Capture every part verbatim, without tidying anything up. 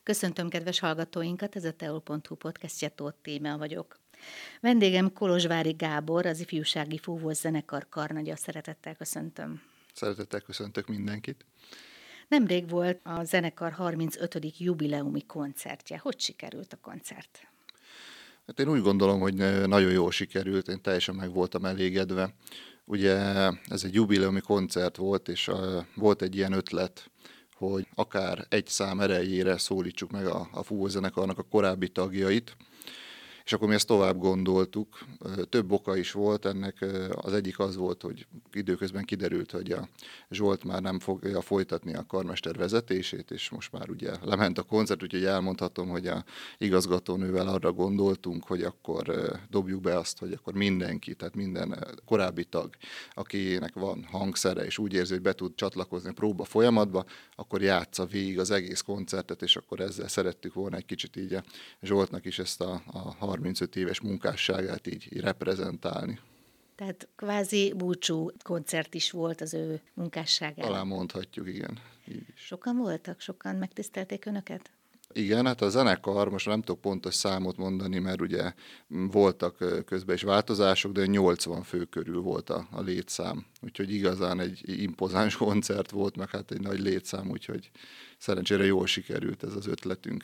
Köszöntöm kedves hallgatóinkat, ez a teol pont hu podcastje, Tóth Tímea vagyok. Vendégem Kolozsvári Gábor, az Ifjúsági Fúvós Zenekar karnagya. Szeretettel köszöntöm. Szeretettel köszöntök mindenkit. Nemrég volt a zenekar harmincötödik jubileumi koncertje. Hogy sikerült a koncert? Hát én úgy gondolom, hogy nagyon jól sikerült, én teljesen meg voltam elégedve. Ugye ez egy jubileumi koncert volt, és volt egy ilyen ötlet, hogy akár egy szám erejére szólítsuk meg a, a fúvózenekarnak a korábbi tagjait, és akkor mi ezt tovább gondoltuk. Több oka is volt ennek. Az egyik az volt, hogy időközben kiderült, hogy a Zsolt már nem fogja folytatni a karmester vezetését, és most már ugye lement a koncert, úgyhogy elmondhatom, hogy a igazgatónővel arra gondoltunk, hogy akkor dobjuk be azt, hogy akkor mindenki, tehát minden korábbi tag, akinek van hangszere, és úgy érzi, hogy be tud csatlakozni a próba folyamatba, akkor játsza végig az egész koncertet, és akkor ezzel szerettük volna egy kicsit így a Zsoltnak is ezt a, a harmincöt éves munkásságát így, így reprezentálni. Tehát kvázi búcsú koncert is volt az ő munkásságára. Talán mondhatjuk, igen. Így is. Sokan voltak? Sokan megtisztelték önöket? Igen, hát a zenekar, most nem tudok pontos számot mondani, mert ugye voltak közben is változások, de nyolcvan fő körül volt a, a létszám. Úgyhogy igazán egy impozáns koncert volt, meg hát egy nagy létszám, úgyhogy szerencsére jól sikerült ez az ötletünk.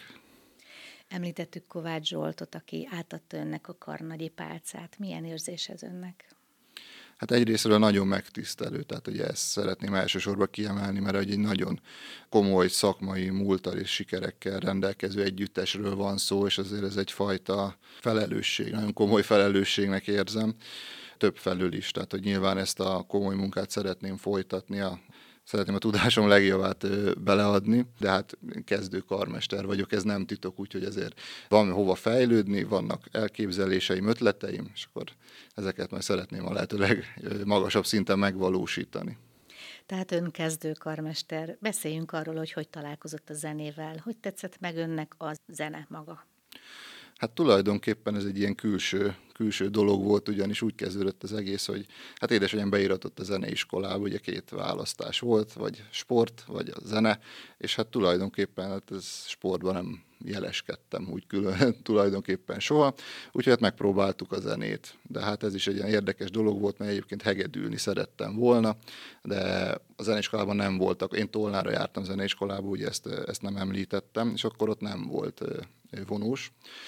Említettük Kovács Zsoltot, aki átadta önnek a karnagyi pálcát. Milyen érzés ez önnek? Hát egyrészről nagyon megtisztelő, tehát ugye ezt szeretném elsősorban kiemelni, mert egy nagyon komoly szakmai múlttal és sikerekkel rendelkező együttesről van szó, és azért ez egyfajta felelősség, nagyon komoly felelősségnek érzem, több felől is, tehát hogy nyilván ezt a komoly munkát szeretném folytatni, a Szeretném a tudásom legjavát beleadni, de hát kezdő karmester vagyok, ez nem titok, úgyhogy ezért van hova fejlődni, vannak elképzeléseim, ötleteim, és akkor ezeket majd szeretném a lehető legmagasabb szinten megvalósítani. Tehát ön kezdő karmester. Beszéljünk arról, hogy hogy találkozott a zenével. Hogy tetszett meg önnek a zene maga? Hát tulajdonképpen ez egy ilyen külső, külső dolog volt, ugyanis úgy kezdődött az egész, hogy hát édesanyám beíratott a zeneiskolába, ugye két választás volt, vagy sport, vagy a zene, és hát tulajdonképpen hát ez sportban nem jeleskedtem úgy külön tulajdonképpen soha, úgyhogy hát megpróbáltuk a zenét, de hát ez is egy ilyen érdekes dolog volt, mert egyébként hegedülni szerettem volna, de a zeneiskolában nem voltak, én Tolnára jártam zeneiskolába, ugye ezt, ezt nem említettem, és akkor ott nem volt vonós.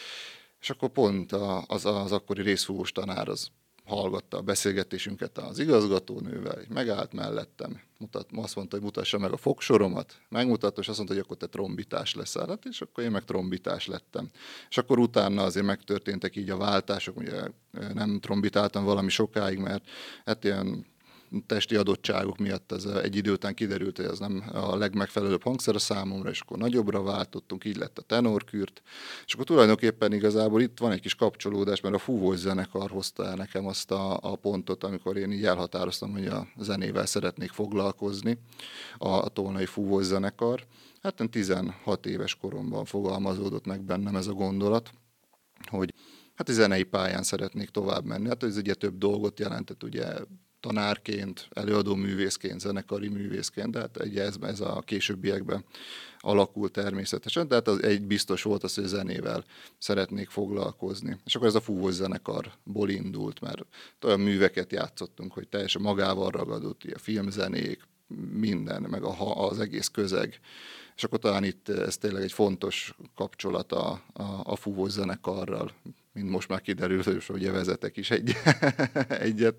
És akkor pont az, az akkori részfúvós tanár az hallgatta a beszélgetésünket az igazgatónővel, megállt mellettem, mutat, azt mondta, hogy mutassa meg a fogsoromat, megmutatta, és azt mondta, hogy akkor te trombitás leszel, hát, és akkor én meg trombitás lettem. És akkor utána azért megtörténtek így a váltások, ugye nem trombitáltam valami sokáig, mert hát ilyen testi adottságok miatt ez egy idő után kiderült, hogy ez nem a legmegfelelőbb hangszer a számomra, és akkor nagyobbra váltottunk, így lett a tenorkürt, és akkor tulajdonképpen igazából itt van egy kis kapcsolódás, mert a fúvós zenekar hozta el nekem azt a, a pontot, amikor én így elhatároztam, hogy a zenével szeretnék foglalkozni, a, a tolnai fúvós zenekar. Hát én tizenhat éves koromban fogalmazódott meg bennem ez a gondolat, hogy hát a zenei pályán szeretnék tovább menni. Hát ez ugye több dolgot jelentett, ugye tanárként, előadó művészként, zenekari művészként, de hát ugye ez, ez a későbbiekben alakult természetesen, de hát az egy biztos volt az, hogy a zenével szeretnék foglalkozni. És akkor ez a fúvós zenekarból indult, mert olyan műveket játszottunk, hogy teljesen magával ragadott, a filmzenék, minden, meg a, az egész közeg. És akkor talán itt ez tényleg egy fontos kapcsolat a, a, a fúvós zenekarral, mint most már kiderült, hogy ugye vezetek is egy, egyet.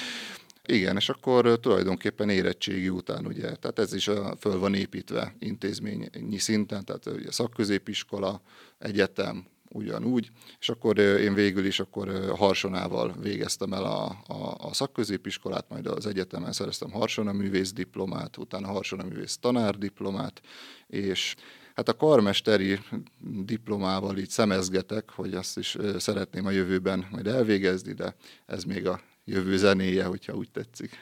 Igen, és akkor tulajdonképpen érettségi után, ugye, tehát ez is a, föl van építve intézményi szinten, tehát ugye szakközépiskola, egyetem, ugyanúgy, és akkor én végül is akkor Harsonával végeztem el a, a, a szakközépiskolát, majd az egyetemen szereztem harsonaművész diplomát, utána harsonaművész tanárdiplomát, és hát a karmesteri diplomával így szemezgetek, hogy azt is szeretném a jövőben majd elvégezni, de ez még a jövő zenéje, hogyha úgy tetszik.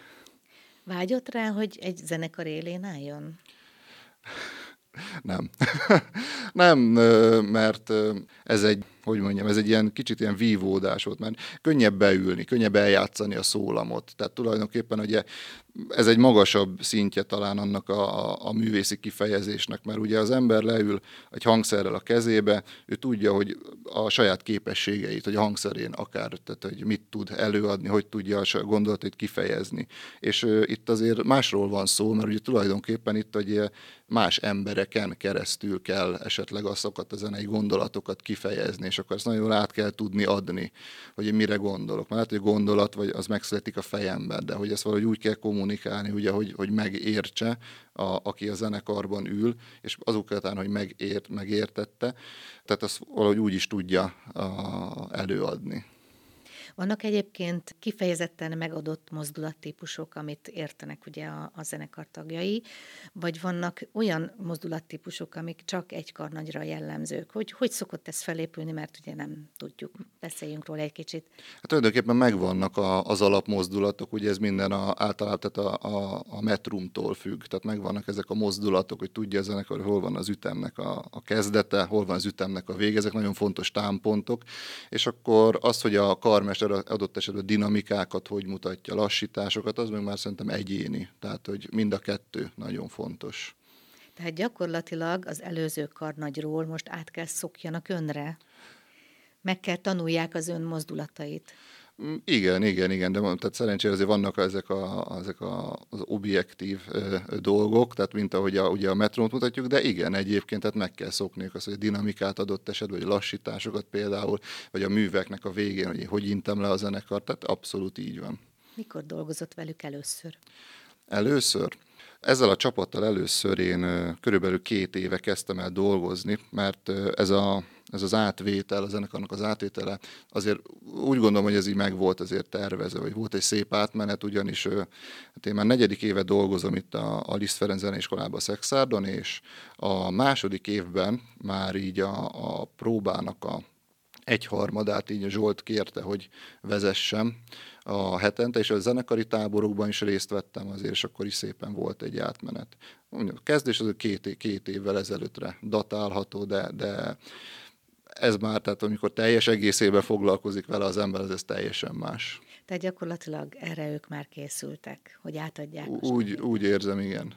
Vágyott rá, hogy egy zenekar élén álljon? Nem. Nem, mert ez egy, hogy mondjam, ez egy ilyen kicsit ilyen vívódás volt, mert könnyebb beülni, könnyebb eljátszani a szólamot. Tehát tulajdonképpen ugye ez egy magasabb szintje talán annak a, a, a művészi kifejezésnek, mert ugye az ember leül egy hangszerrel a kezébe, ő tudja, hogy a saját képességeit, hogy a hangszerén akár, tehát hogy mit tud előadni, hogy tudja a gondolatait kifejezni. És uh, itt azért másról van szó, mert ugye tulajdonképpen itt ugye más embereken keresztül kell esetleg azokat a zenei gondolatokat kifejezni, és akkor ezt nagyon jól át kell tudni adni, hogy én mire gondolok. Mert lehet, hogy a gondolat vagy az megszületik a fejemben, de hogy ezt valahogy úgy kell kommunikálni, ugye, hogy, hogy megértse, a, aki a zenekarban ül, és azok után, hogy megért, megértette, tehát azt valahogy úgy is tudja a, előadni. Vannak egyébként kifejezetten megadott mozdulattípusok, amit értenek ugye a, a zenekar tagjai, vagy vannak olyan mozdulattípusok, amik csak egy karnagyra jellemzők? Hogy, hogy szokott ez felépülni, mert ugye nem tudjuk. Beszéljünk róla egy kicsit. Hát tulajdonképpen megvannak a, az alapmozdulatok, ugye ez minden a, általában tehát a, a, a metrumtól függ, tehát megvannak ezek a mozdulatok, hogy tudja a zenekar, hol van az ütemnek a, a kezdete, hol van az ütemnek a vége, ezek nagyon fontos támpontok, és akkor az, hogy a karmester adott esetben dinamikákat, hogy mutatja, lassításokat, az meg már szerintem egyéni. Tehát, hogy mind a kettő nagyon fontos. Tehát gyakorlatilag az előző karnagyról most át kell szokjanak önre. Meg kell tanulják az ön mozdulatait. Igen, igen, igen, de tehát szerencsére azért vannak ezek, a, ezek a, az objektív ö, dolgok, tehát mint ahogy a, ugye a metrót mutatjuk, de igen, egyébként tehát meg kell szokniuk azt, hogy a dinamikát adott esetben, vagy lassításokat például, vagy a műveknek a végén, hogy hogy intem le a zenekar, tehát abszolút így van. Mikor dolgozott velük először? Először? Ezzel a csapattal először én körülbelül két éve kezdtem el dolgozni, mert ez, a, ez az átvétel, a zenekarnak az átvétele, azért úgy gondolom, hogy ez így meg volt azért tervezve, vagy volt egy szép átmenet, ugyanis hát én már negyedik éve dolgozom itt a, a Liszt Ferenc Zeneiskolában, a Szexárdon, és a második évben már így a, a próbának a egyharmadát így a Zsolt kérte, hogy vezessem a hetente, és a zenekari táborokban is részt vettem azért, és akkor is szépen volt egy átmenet. A kezdés az két, két évvel ezelőttre datálható, de, de ez már, tehát amikor teljes egészében foglalkozik vele az ember, az ez teljesen más. Tehát gyakorlatilag erre ők már készültek, hogy átadják. Úgy, úgy érzem, igen.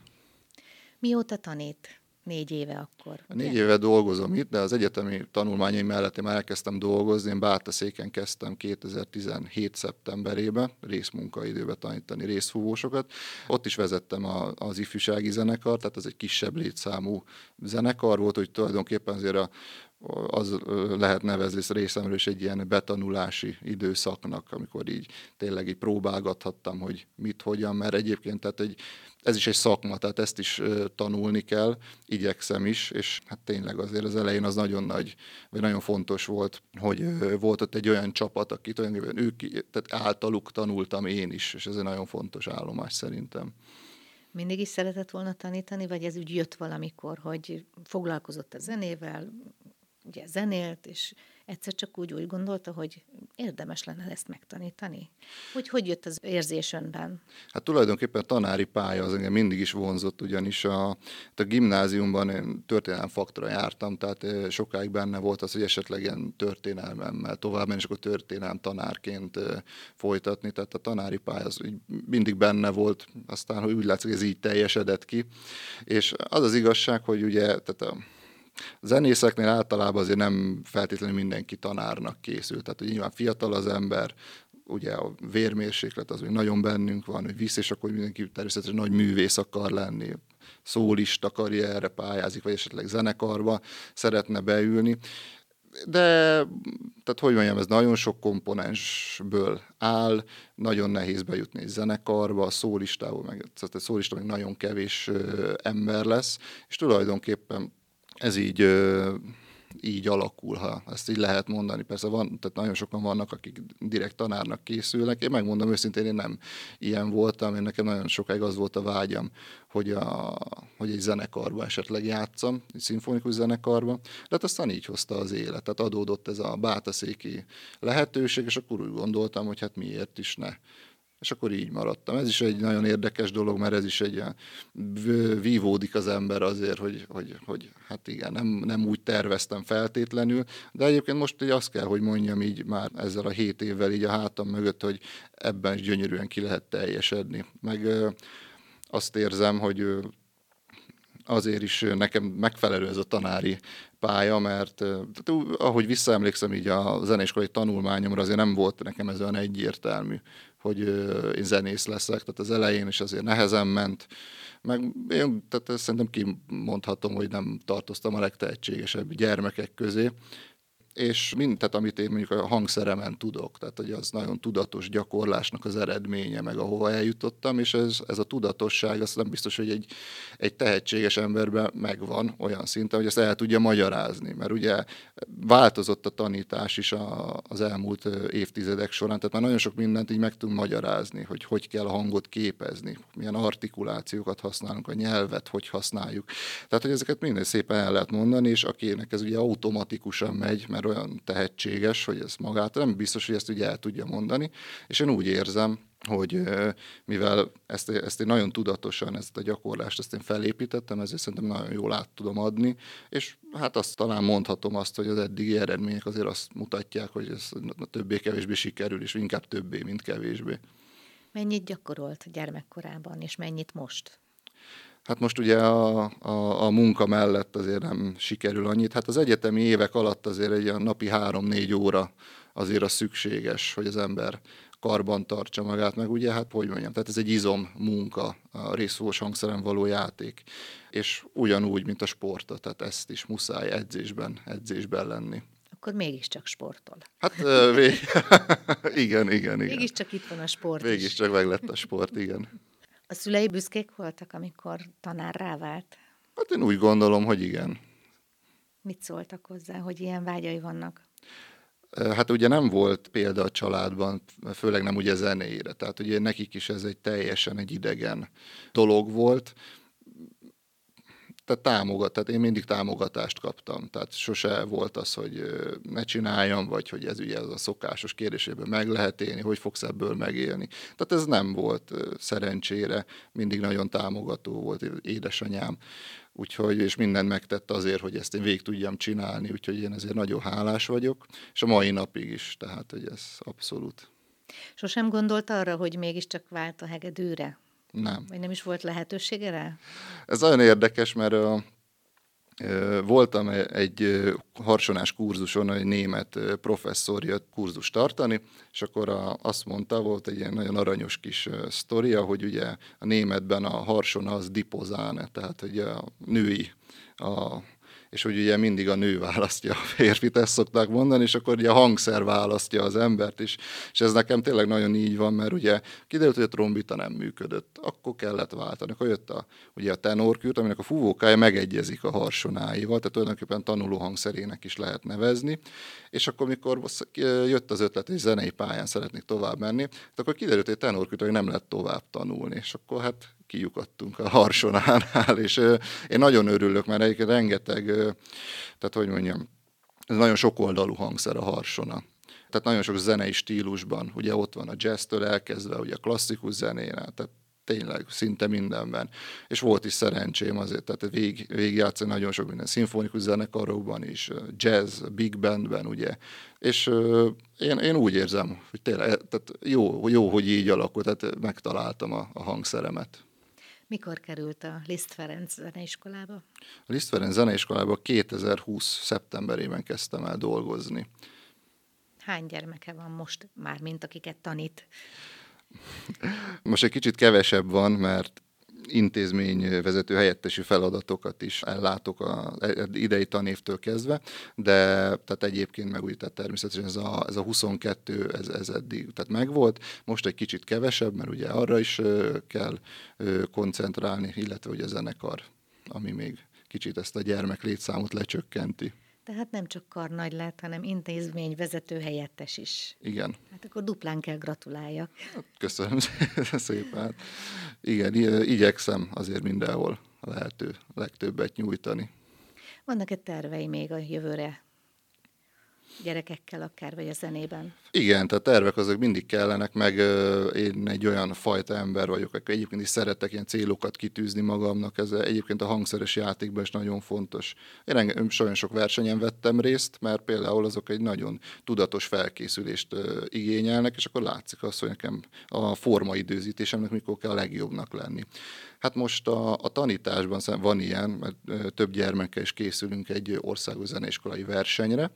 Mióta tanít? Négy éve akkor. Ugye? Négy éve dolgozom itt, de az egyetemi tanulmányaim mellett én már elkezdtem dolgozni. Én Bátaszéken kezdtem kétezer-tizenhét szeptemberében részmunkaidőben tanítani részfúvósokat. Ott is vezettem a, az ifjúsági zenekar, tehát ez egy kisebb létszámú zenekar volt, hogy tulajdonképpen azért a az lehet nevezni részemről is egy ilyen betanulási időszaknak, amikor így tényleg így próbálgathattam, hogy mit, hogyan, mert egyébként tehát egy, ez is egy szakma, tehát ezt is tanulni kell, igyekszem is, és hát tényleg azért az elején az nagyon nagy, vagy nagyon fontos volt, hogy volt ott egy olyan csapat, akit olyan, ők, tehát általuk tanultam én is, és ez egy nagyon fontos állomás szerintem. Mindig is szeretett volna tanítani, vagy ez úgy jött valamikor, hogy foglalkozott a zenével, ugye zenélt, és egyszer csak úgy úgy gondolta, hogy érdemes lenne ezt megtanítani? Hogy hogy jött az érzés önben? Hát tulajdonképpen a tanári pálya az engem mindig is vonzott, ugyanis a, a gimnáziumban én történelem faktra jártam, tehát sokáig benne volt az, hogy esetleg ilyen történelmemmel tovább menni, és akkor történelem tanárként folytatni, tehát a tanári pálya az mindig benne volt, aztán hogy úgy látszik, hogy ez így teljesedett ki, és az az igazság, hogy ugye, tehát a A zenészeknél általában azért nem feltétlenül mindenki tanárnak készül, tehát hogy nyilván fiatal az ember, ugye a vérmérséklet az, hogy nagyon bennünk van, hogy visz, és akkor mindenki természetesen nagy művész akar lenni, szólista karrierre pályázik, vagy esetleg zenekarba szeretne beülni. De, tehát hogy mondjam, ez nagyon sok komponensből áll, nagyon nehéz bejutni egy zenekarba, a szólistából, meg, tehát a szólista meg nagyon kevés ö, ember lesz, és tulajdonképpen ez így, így alakul, ha ezt így lehet mondani. Persze van, tehát nagyon sokan vannak, akik direkt tanárnak készülnek. Én megmondom őszintén, én nem ilyen voltam, én nekem nagyon sokáig az volt a vágyam, hogy, a, hogy egy zenekarban esetleg játszam, egy szimfonikus zenekarban, de hát aztán így hozta az élet. Tehát adódott ez a bátaszéki lehetőség, és akkor úgy gondoltam, hogy hát miért is ne. És akkor így maradtam. Ez is egy nagyon érdekes dolog, mert ez is egy ilyen vívódik az ember azért, hogy, hogy, hogy hát igen, nem, nem úgy terveztem feltétlenül, de egyébként most így azt kell, hogy mondjam így már ezzel a hét évvel így a hátam mögött, hogy ebben is gyönyörűen ki lehet teljesedni. Meg azt érzem, hogy azért is nekem megfelelő ez a tanári pálya, mert tehát, ahogy visszaemlékszem így a zeneiskolai tanulmányomra, azért nem volt nekem ez olyan egyértelmű, hogy én zenész leszek, tehát az elején is azért nehezen ment, meg én tehát szerintem kimondhatom, hogy nem tartoztam a legtehetségesebb gyermekek közé, és mindent, amit én mondjuk a hangszeremen tudok, tehát hogy az nagyon tudatos gyakorlásnak az eredménye, meg ahova eljutottam, és ez, ez a tudatosság, azt nem biztos, hogy egy, egy tehetséges emberben megvan olyan szinten, hogy ezt el tudja magyarázni, mert ugye változott a tanítás is a, az elmúlt évtizedek során, tehát már nagyon sok mindent így meg tudunk magyarázni, hogy hogy kell a hangot képezni, milyen artikulációkat használunk, a nyelvet hogy használjuk. Tehát, hogy ezeket minden szépen el lehet mondani, és akinek ez ugye automatikusan megy, mert olyan tehetséges, hogy ez magát nem biztos, hogy ezt ugye el tudja mondani, és én úgy érzem, hogy mivel ezt, ezt én nagyon tudatosan, ezt a gyakorlást ezt én felépítettem, ezért szerintem nagyon jól át tudom adni, és hát azt talán mondhatom azt, hogy az eddigi eredmények azért azt mutatják, hogy ez többé-kevésbé sikerül, és inkább többé, mint kevésbé. Mennyit gyakorolt gyermekkorában, és mennyit most? Hát most ugye a, a, a munka mellett azért nem sikerül annyit. Hát az egyetemi évek alatt azért egy napi három-négy óra azért az szükséges, hogy az ember karban tartsa magát, meg ugye, hát hogy mondjam, tehát ez egy izom munka, a részfogós hangszeren való játék, és ugyanúgy, mint a sportot, tehát ezt is muszáj edzésben, edzésben lenni. Akkor mégiscsak sportol. Hát vég... igen, igen, igen. Mégiscsak itt van a sport Mégiscsak is. meg lett a sport, igen. A szülei büszkék voltak, amikor tanárrá vált? Hát én úgy gondolom, hogy igen. Mit szóltak hozzá, hogy ilyen vágyai vannak? Hát ugye nem volt példa a családban, főleg nem ugye zenéire, tehát ugye nekik is ez egy teljesen egy idegen dolog volt. Tehát támogat, tehát én mindig támogatást kaptam, tehát sose volt az, hogy ne csináljam, vagy hogy ez ugye az a szokásos kérdésében meg lehet élni, hogy fogsz ebből megélni. Tehát ez nem volt szerencsére, mindig nagyon támogató volt édesanyám, úgyhogy, és mindent megtett azért, hogy ezt én végig tudjam csinálni, úgyhogy én ezért nagyon hálás vagyok, és a mai napig is, tehát hogy ez abszolút. Sosem gondolt arra, hogy mégiscsak vált a hegedűre? Nem. Vagy nem is volt lehetősége rá? Ez nagyon érdekes, mert a, voltam egy harsonás kurzuson, egy német professzor jött kurzust tartani, és akkor a, azt mondta, volt egy ilyen nagyon aranyos kis sztoria, hogy ugye a németben a harsona az dipozáne, tehát ugye a női, a és hogy ugye mindig a nő választja a férfit, ezt szokták mondani, és akkor ugye a hangszer választja az embert is. És ez nekem tényleg nagyon így van, mert ugye kiderült, hogy a trombita nem működött, akkor kellett váltani. Akkor jött a, ugye a tenorkürt, aminek a fúvókája megegyezik a harsonáival, tehát tulajdonképpen tanuló hangszerének is lehet nevezni. És akkor, mikor jött az ötlet, hogy zenei pályán szeretnék tovább menni, akkor kiderült, hogy a tenorkürt nem lehet tovább tanulni, és akkor hát kiukadtunk a harsonánál, és ö, én nagyon örülök, mert egyébként rengeteg, ö, tehát hogy mondjam, ez nagyon sokoldalú hangszer a harsona. Tehát nagyon sok zenei stílusban, ugye ott van a jazztől elkezdve, ugye a klasszikus zenénél, tehát tényleg szinte mindenben. És volt is szerencsém azért, tehát vég, végigjátszani nagyon sok minden szimfonikus zenekarokban is, jazz, big bandben, ugye. És ö, én, én úgy érzem, hogy tényleg tehát jó, jó, hogy így alakult, tehát megtaláltam a, a hangszeremet. Mikor került a Liszt Ferenc zeneiskolába? A Liszt Ferenc zeneiskolába kétezer-húsz szeptemberében kezdtem el dolgozni. Hány gyermeke van most már, mint akiket tanít? Most egy kicsit kevesebb van, mert intézményvezető helyettesi feladatokat is ellátok az idei tanévtől kezdve, de tehát egyébként meg úgy, tehát természetesen ez a, ez a huszonkettő, ez, ez eddig tehát megvolt, most egy kicsit kevesebb, mert ugye arra is ö, kell ö, koncentrálni, illetve ugye a zenekar, ami még kicsit ezt a gyermek létszámot lecsökkenti. Tehát nem csak karnagy lett, hanem intézményvezető helyettes is. Igen. Hát akkor duplán kell gratuláljak. Köszönöm szépen. Igen, igyekszem azért mindenhol a lehető legtöbbet nyújtani. Vannak-e tervei még a jövőre? Gyerekekkel akár, vagy a zenében. Igen, tehát tervek azok mindig kellenek, meg ö, én egy olyan fajta ember vagyok, aki egyébként is szeretek ilyen célokat kitűzni magamnak, ez egyébként a hangszeres játékban is nagyon fontos. Én engem nagyon sok versenyen vettem részt, mert például azok egy nagyon tudatos felkészülést ö, igényelnek, és akkor látszik az, hogy nekem a formaidőzítésemnek mikor kell a legjobbnak lenni. Hát most a, a tanításban van ilyen, mert ö, több gyermekkel is készülünk egy országos zeneiskolai versenyre.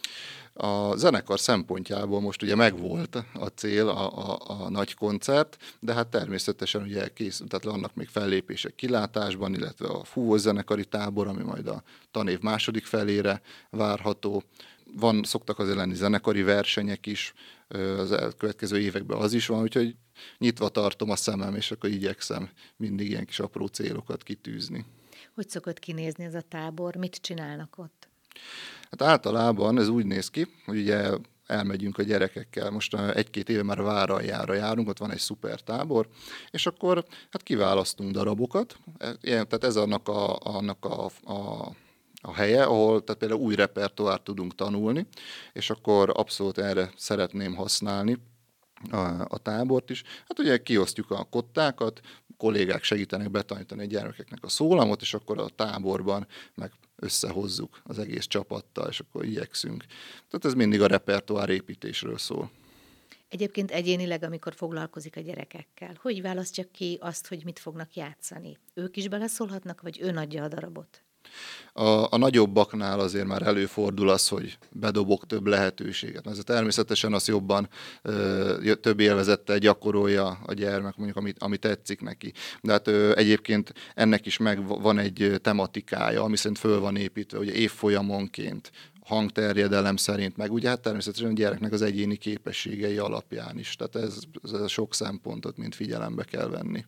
A zenekar szempontjából most ugye megvolt a cél, a, a, a nagy koncert, de hát természetesen ugye készült, tehát vannak még fellépések kilátásban, illetve a fúvós zenekari tábor, ami majd a tanév második felére várható. Van, szoktak azért lenni zenekari versenyek is, az elkövetkező években az is van, úgyhogy nyitva tartom a szemem, és akkor igyekszem mindig ilyen kis apró célokat kitűzni. Hogy szokott kinézni ez a tábor? Mit csinálnak ott? Hát általában ez úgy néz ki, hogy ugye elmegyünk a gyerekekkel, most egy-két éve már Váraljára járunk, ott van egy szuper tábor, és akkor hát kiválasztunk darabokat, ilyen, tehát ez annak a, annak a, a a helye, ahol tehát például új repertoárt tudunk tanulni, és akkor abszolút erre szeretném használni a, a tábort is. Hát ugye kiosztjuk a kottákat, kollégák segítenek betanítani a gyermekeknek a szólamot, és akkor a táborban meg összehozzuk az egész csapattal, és akkor igyekszünk. Tehát ez mindig a repertoár építésről szól. Egyébként egyénileg, amikor foglalkozik a gyerekekkel, hogy választja ki azt, hogy mit fognak játszani? Ők is beleszólhatnak, vagy ön adja a darabot? A, a nagyobbaknál azért már előfordul az, hogy bedobok több lehetőséget. Ez természetesen az jobban ö, több élvezettel gyakorolja a gyermek, mondjuk, ami, ami tetszik neki. De hát ö, egyébként ennek is meg van egy tematikája, ami szerint föl van építve, ugye évfolyamonként, hangterjedelem szerint, meg ugye hát természetesen a gyereknek az egyéni képességei alapján is. Tehát ez, ez sok szempontot mind figyelembe kell venni.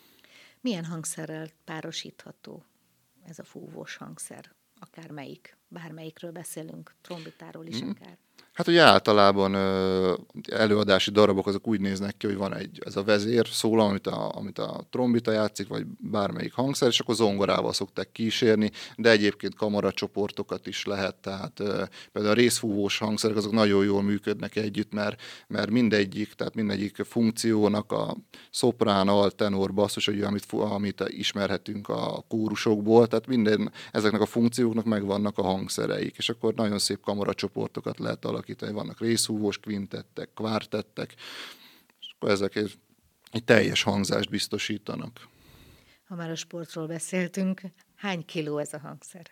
Milyen hangszerrel párosítható ez a fúvós hangszer? Akár melyik, bármelyikről beszélünk, trombitáról is mm. akár. Hát ugye általában ö, előadási darabok azok úgy néznek ki, hogy van egy, ez a vezér szólam, amit a, amit a trombita játszik, vagy bármelyik hangszer, és akkor zongorával szokták kísérni, de egyébként kamaracsoportokat is lehet, tehát ö, például a részfúvós hangszerek azok nagyon jól működnek együtt, mert, mert mindegyik, tehát mindegyik funkciónak a szoprán, alt, tenor, basszus, ugye, amit, amit ismerhetünk a kórusokból, tehát minden, ezeknek a funkcióknak megvannak a hangszereik, és akkor nagyon szép kamaracsoportokat lehet alakítani. Vannak részhúvós kvintettek, kvártettek, és akkor ezek egy, egy teljes hangzást biztosítanak. Ha már a sportról beszéltünk, hány kiló ez a hangszer?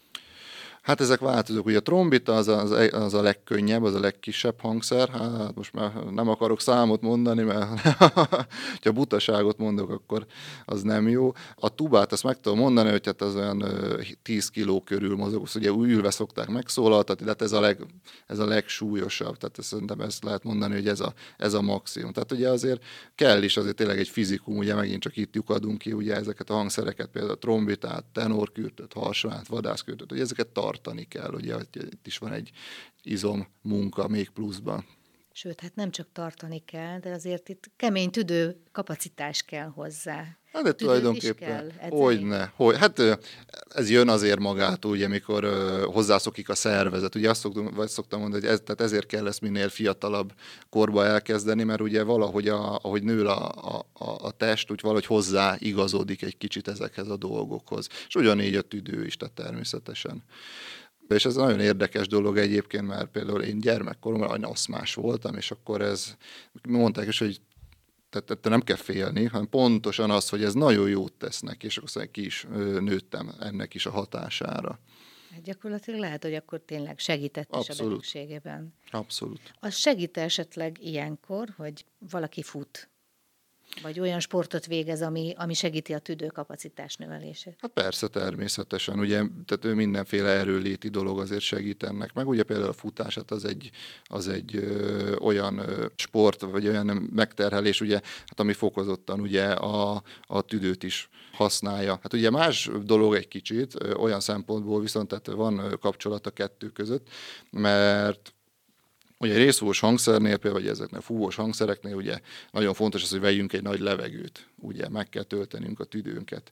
Hát ezek változók, ugye a trombita az a, az a legkönnyebb, az a legkisebb hangszer, hát most már nem akarok számot mondani, mert ha butaságot mondok, akkor az nem jó. A tubát azt meg tudom mondani, hogy hát az olyan tíz kiló körül mozog, ugye ülve szokták megszólaltatni, de hát ez a, leg, ez a legsúlyosabb, tehát ezt, szerintem ezt lehet mondani, hogy ez a, ez a maximum. Tehát ugye azért kell is azért tényleg egy fizikum, ugye megint csak itt lyukadunk ki, ugye ezeket a hangszereket, például a trombitát, tenorkürtöt, harsonát, vadászkürtöt, ugye ezeket tartani kell, ugye itt is van egy izom munka még pluszban. Sőt, hát nem csak tartani kell, de azért itt kemény tüdő kapacitás kell hozzá. Hát de tulajdonképpen, hogyne, hogy, hát ez jön azért magától, ugye, amikor uh, hozzászokik a szervezet. Ugye azt szoktam, vagy szoktam mondani, hogy ez, tehát ezért kell ezt minél fiatalabb korba elkezdeni, mert ugye valahogy, a, ahogy nő a, a, a test, úgy valahogy hozzá igazodik egy kicsit ezekhez a dolgokhoz. És ugyanígy a tüdő is, tehát természetesen. És ez nagyon érdekes dolog egyébként, mert például én gyermekkoromban aszmás voltam, és akkor ez, mondták is, hogy tehát nem kell félni, hanem pontosan az, hogy ez nagyon jót tesz neki, és akkor ki is nőttem ennek is a hatására. Hát gyakorlatilag lehet, hogy akkor tényleg segített Abszolút. is a betegségében. Abszolút. Az segít esetleg ilyenkor, hogy valaki fut, vagy olyan sportot végez, ami, ami segíti a tüdőkapacitás növelését? Hát persze, természetesen. Ugye, tehát mindenféle erőléti dolog azért segít ennek. Meg ugye például a futás, hát az egy, az egy ö, olyan ö, sport, vagy olyan megterhelés, ugye, hát ami fokozottan ugye a, a tüdőt is használja. Hát ugye más dolog egy kicsit, ö, olyan szempontból viszont tehát van kapcsolat a kettő között, mert ugye részfúvós hangszernél, például vagy ezeknek a fúvós hangszereknél ugye nagyon fontos az, hogy vegyünk egy nagy levegőt, ugye meg kell töltenünk a tüdőnket.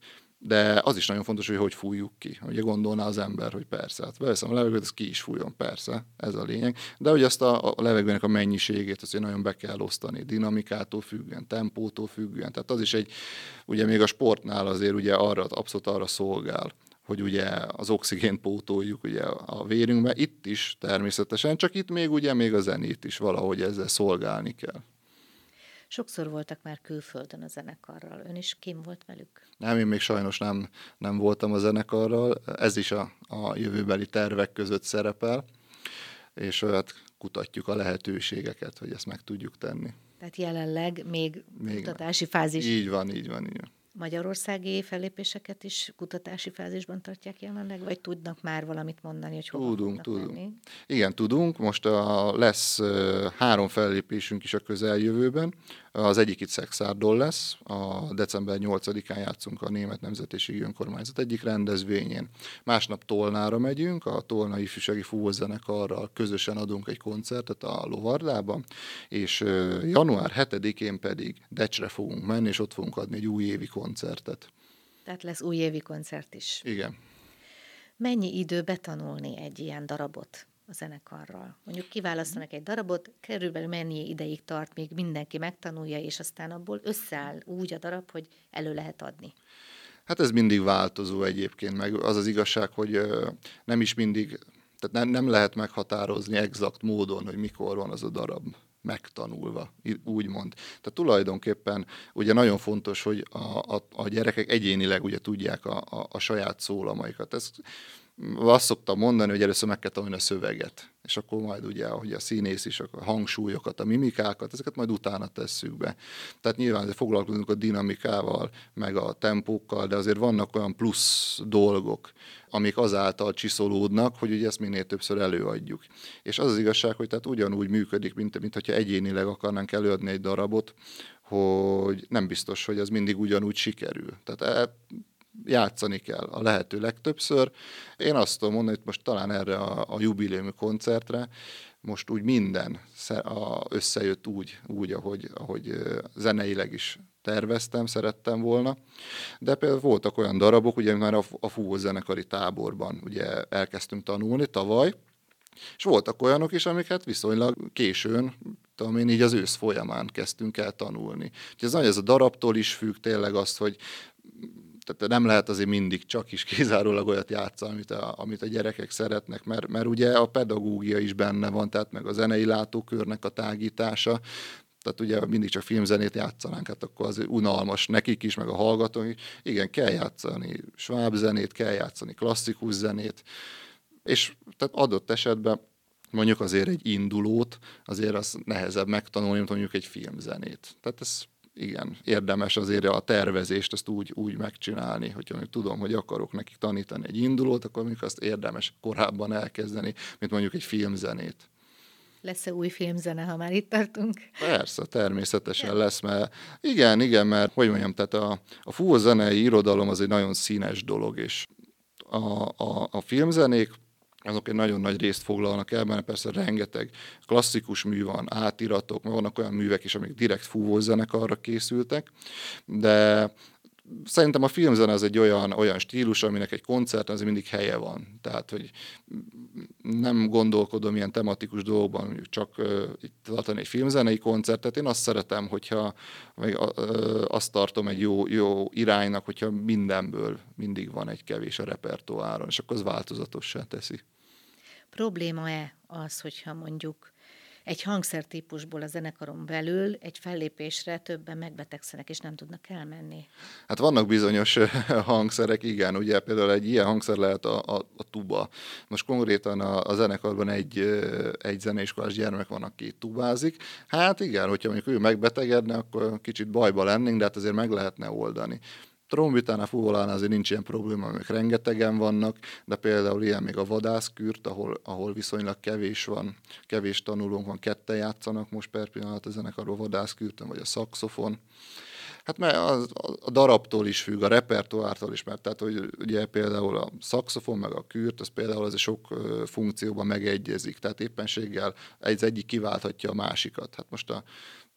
De az is nagyon fontos, hogy hogy fújjuk ki. Ugye gondolná az ember, hogy persze, hát beveszem a levegőt, ez ki is fújjon, persze, ez a lényeg. De hogy azt a, a levegőnek a mennyiségét azért nagyon be kell osztani, dinamikától függően, tempótól függően. Tehát az is egy, ugye még a sportnál azért ugye arra, abszolút arra szolgál, hogy ugye az oxigént pótoljuk ugye a vérünkbe, itt is természetesen, csak itt még ugye még a zenét is valahogy ezzel szolgálni kell. Sokszor voltak már külföldön a zenekarral. Ön is kim volt velük? Nem, én még sajnos nem, nem voltam a zenekarral. Ez is a, a jövőbeli tervek között szerepel, és hát kutatjuk a lehetőségeket, hogy ezt meg tudjuk tenni. Tehát jelenleg még, még kutatási fázis. Így van, így van, így van. Magyarországi fellépéseket is kutatási fázisban tartják jelenleg, vagy tudnak már valamit mondani, hogy hova tudunk, fognak tudunk. menni? Igen, tudunk. Most a, lesz uh, három fellépésünk is a közeljövőben. Az egyik itt Szexárdon lesz, a december nyolcadikán játszunk a Német Nemzetiségi Önkormányzat egyik rendezvényén. Másnap Tolnára megyünk, a Tolna Ifjúsági Fúvózenekarral közösen adunk egy koncertet a Lovardában, és uh, január hetedikén pedig Decsre fogunk menni, és ott fogunk adni egy újévi koncertet. Tehát lesz újévi koncert is. Igen. Mennyi idő betanulni egy ilyen darabot a zenekarral? Mondjuk kiválasztanak egy darabot, körülbelül mennyi ideig tart, míg mindenki megtanulja, és aztán abból összeáll úgy a darab, hogy elő lehet adni? Hát ez mindig változó egyébként, meg az az igazság, hogy nem is mindig, tehát nem, nem lehet meghatározni exakt módon, hogy mikor van az a darab megtanulva, úgymond. Tehát tulajdonképpen ugye nagyon fontos, hogy a, a, a gyerekek egyénileg ugye tudják a, a, a saját szólamaikat. Ezt azt szoktam mondani, hogy először meg kell tanulni a szöveget, és akkor majd ugye, hogy a színész is, a hangsúlyokat, a mimikákat, ezeket majd utána tesszük be. Tehát nyilván foglalkozunk a dinamikával, meg a tempókkal, de azért vannak olyan plusz dolgok, amik azáltal csiszolódnak, hogy ugye ezt minél többször előadjuk. És az az igazság, hogy tehát ugyanúgy működik, mint, mint hogyha egyénileg akarnánk előadni egy darabot, hogy nem biztos, hogy az mindig ugyanúgy sikerül. Tehát játszani kell a lehető legtöbbször. Én azt tudom mondani, hogy most talán erre a, a jubileumi koncertre most úgy minden összejött úgy, úgy ahogy, ahogy zeneileg is terveztem, szerettem volna. De például voltak olyan darabok, ugye már a, a fúvózenekari táborban ugye elkezdtünk tanulni tavaly, és voltak olyanok is, amiket viszonylag későn, tudom én, így az ősz folyamán kezdtünk el tanulni. Úgyhogy ez nagy, ez a darabtól is függ tényleg azt, hogy tehát nem lehet azért mindig csak is kizárólag olyat játszani, amit a, amit a gyerekek szeretnek, mert, mert ugye a pedagógia is benne van, tehát meg a zenei látókörnek a tágítása, tehát ugye mindig csak filmzenét játszanánk, hát akkor az unalmas nekik is, meg a hallgatók. Igen, kell játszani sváb zenét, kell játszani klasszikus zenét, és tehát adott esetben mondjuk azért egy indulót, azért az nehezebb megtanulni, mint mondjuk egy filmzenét. Tehát ez igen, érdemes azért a tervezést ezt úgy, úgy megcsinálni, hogyha még tudom, hogy akarok nekik tanítani egy indulót, akkor mondjuk azt érdemes korábban elkezdeni, mint mondjuk egy filmzenét. Lesz-e új filmzene, ha már itt tartunk? Persze, természetesen lesz, mert igen, igen, mert hogy mondjam, tehát a, a fúvózenei irodalom az egy nagyon színes dolog, és a, a, a filmzenék azok egy nagyon nagy részt foglalnak el, mert persze rengeteg klasszikus mű van, átiratok, mert vannak olyan művek is, amik direkt fúvózenekarra készültek, de szerintem a filmzene az egy olyan, olyan stílus, aminek egy koncerten azért mindig helye van. Tehát, hogy nem gondolkodom ilyen tematikus dolgokban, mondjuk csak uh, itt tartani egy filmzenei koncertet. Én azt szeretem, hogyha meg, uh, azt tartom egy jó, jó iránynak, hogyha mindenből mindig van egy kevés a repertoáron, és akkor az változatossá teszi. Probléma-e az, hogyha mondjuk egy hangszertípusból a zenekaron belül egy fellépésre többen megbetegszenek, és nem tudnak elmenni? Hát vannak bizonyos hangszerek, igen, ugye például egy ilyen hangszer lehet a, a, a tuba. Most konkrétan a, a zenekarban egy, egy zeneiskolás gyermek van, aki tubázik. Hát igen, hogyha mondjuk ő megbetegedne, akkor kicsit bajba lennénk, de hát azért meg lehetne oldani. Trombitánál, fúvolánál azért nincs ilyen probléma, amik rengetegen vannak, de például ilyen még a vadászkürt, ahol, ahol viszonylag kevés van, kevés tanulónk van, ketten játszanak most per pillanat a zenekarban vadászkürtön, vagy a szaxofon. Hát mert a, a darabtól is függ, a repertoártól is, mert tehát, hogy ugye például a szaxofon meg a kürt, az például az sok uh, funkcióban megegyezik, tehát éppenséggel egy, egyik kiválthatja a másikat. Hát most a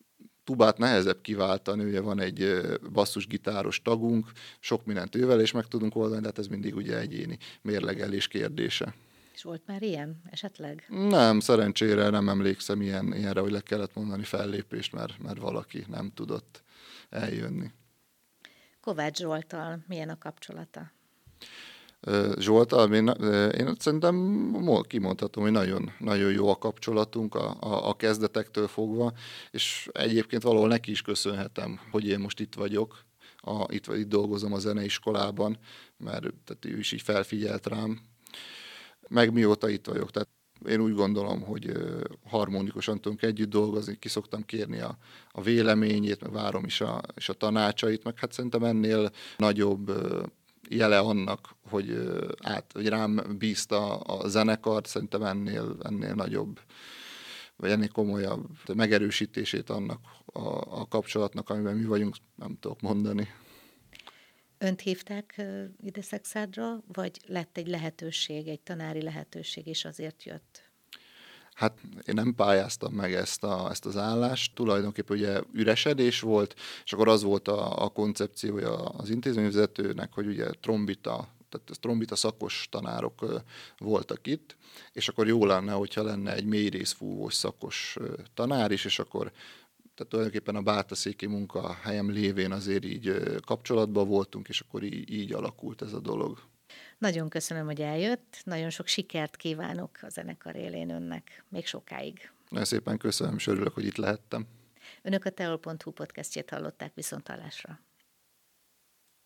tubát nehezebb kiváltani, ugye van egy basszusgitáros tagunk, sok mindent ővel is meg tudunk oldani, de hát ez mindig ugye egyéni mérlegelés kérdése. És volt már ilyen esetleg? Nem, szerencsére nem emlékszem ilyen, ilyenre, hogy le kellett mondani fellépést, mert, mert valaki nem tudott eljönni. Kovács Zsolttal milyen a kapcsolata? Zsolttal, én, én szerintem kimondhatom, hogy nagyon, nagyon jó a kapcsolatunk a, a, a kezdetektől fogva, és egyébként valahol neki is köszönhetem, hogy én most itt vagyok, a, itt, itt dolgozom a zeneiskolában, mert tehát ő is így felfigyelt rám, meg mióta itt vagyok. Tehát én úgy gondolom, hogy harmonikusan tudunk együtt dolgozni, ki szoktam kérni a, a véleményét, meg várom is a, és a tanácsait, meg hát szerintem ennél nagyobb jele annak, hogy, át, hogy rám bízta a zenekart, szerintem ennél, ennél nagyobb, vagy ennél komolyabb megerősítését annak a, a kapcsolatnak, amiben mi vagyunk, nem tudok mondani. Önt hívták ide Szekszádra, vagy lett egy lehetőség, egy tanári lehetőség, és azért jött? Hát én nem pályáztam meg ezt, a, ezt az állást, tulajdonképpen ugye üresedés volt, és akkor az volt a, a koncepciója az intézményvezetőnek, hogy ugye trombita, tehát ez trombita szakos tanárok voltak itt, és akkor jó lenne, hogyha lenne egy mélyrészfúvós szakos tanár is, és akkor tehát tulajdonképpen a bátaszéki munkahelyem lévén azért így kapcsolatban voltunk, és akkor így, így alakult ez a dolog. Nagyon köszönöm, hogy eljött, nagyon sok sikert kívánok a zenekar élén önnek, még sokáig. Nagyon szépen köszönöm, és örülök, hogy itt lehettem. Önök a teol pont hu podcastjét hallották, viszonthallásra.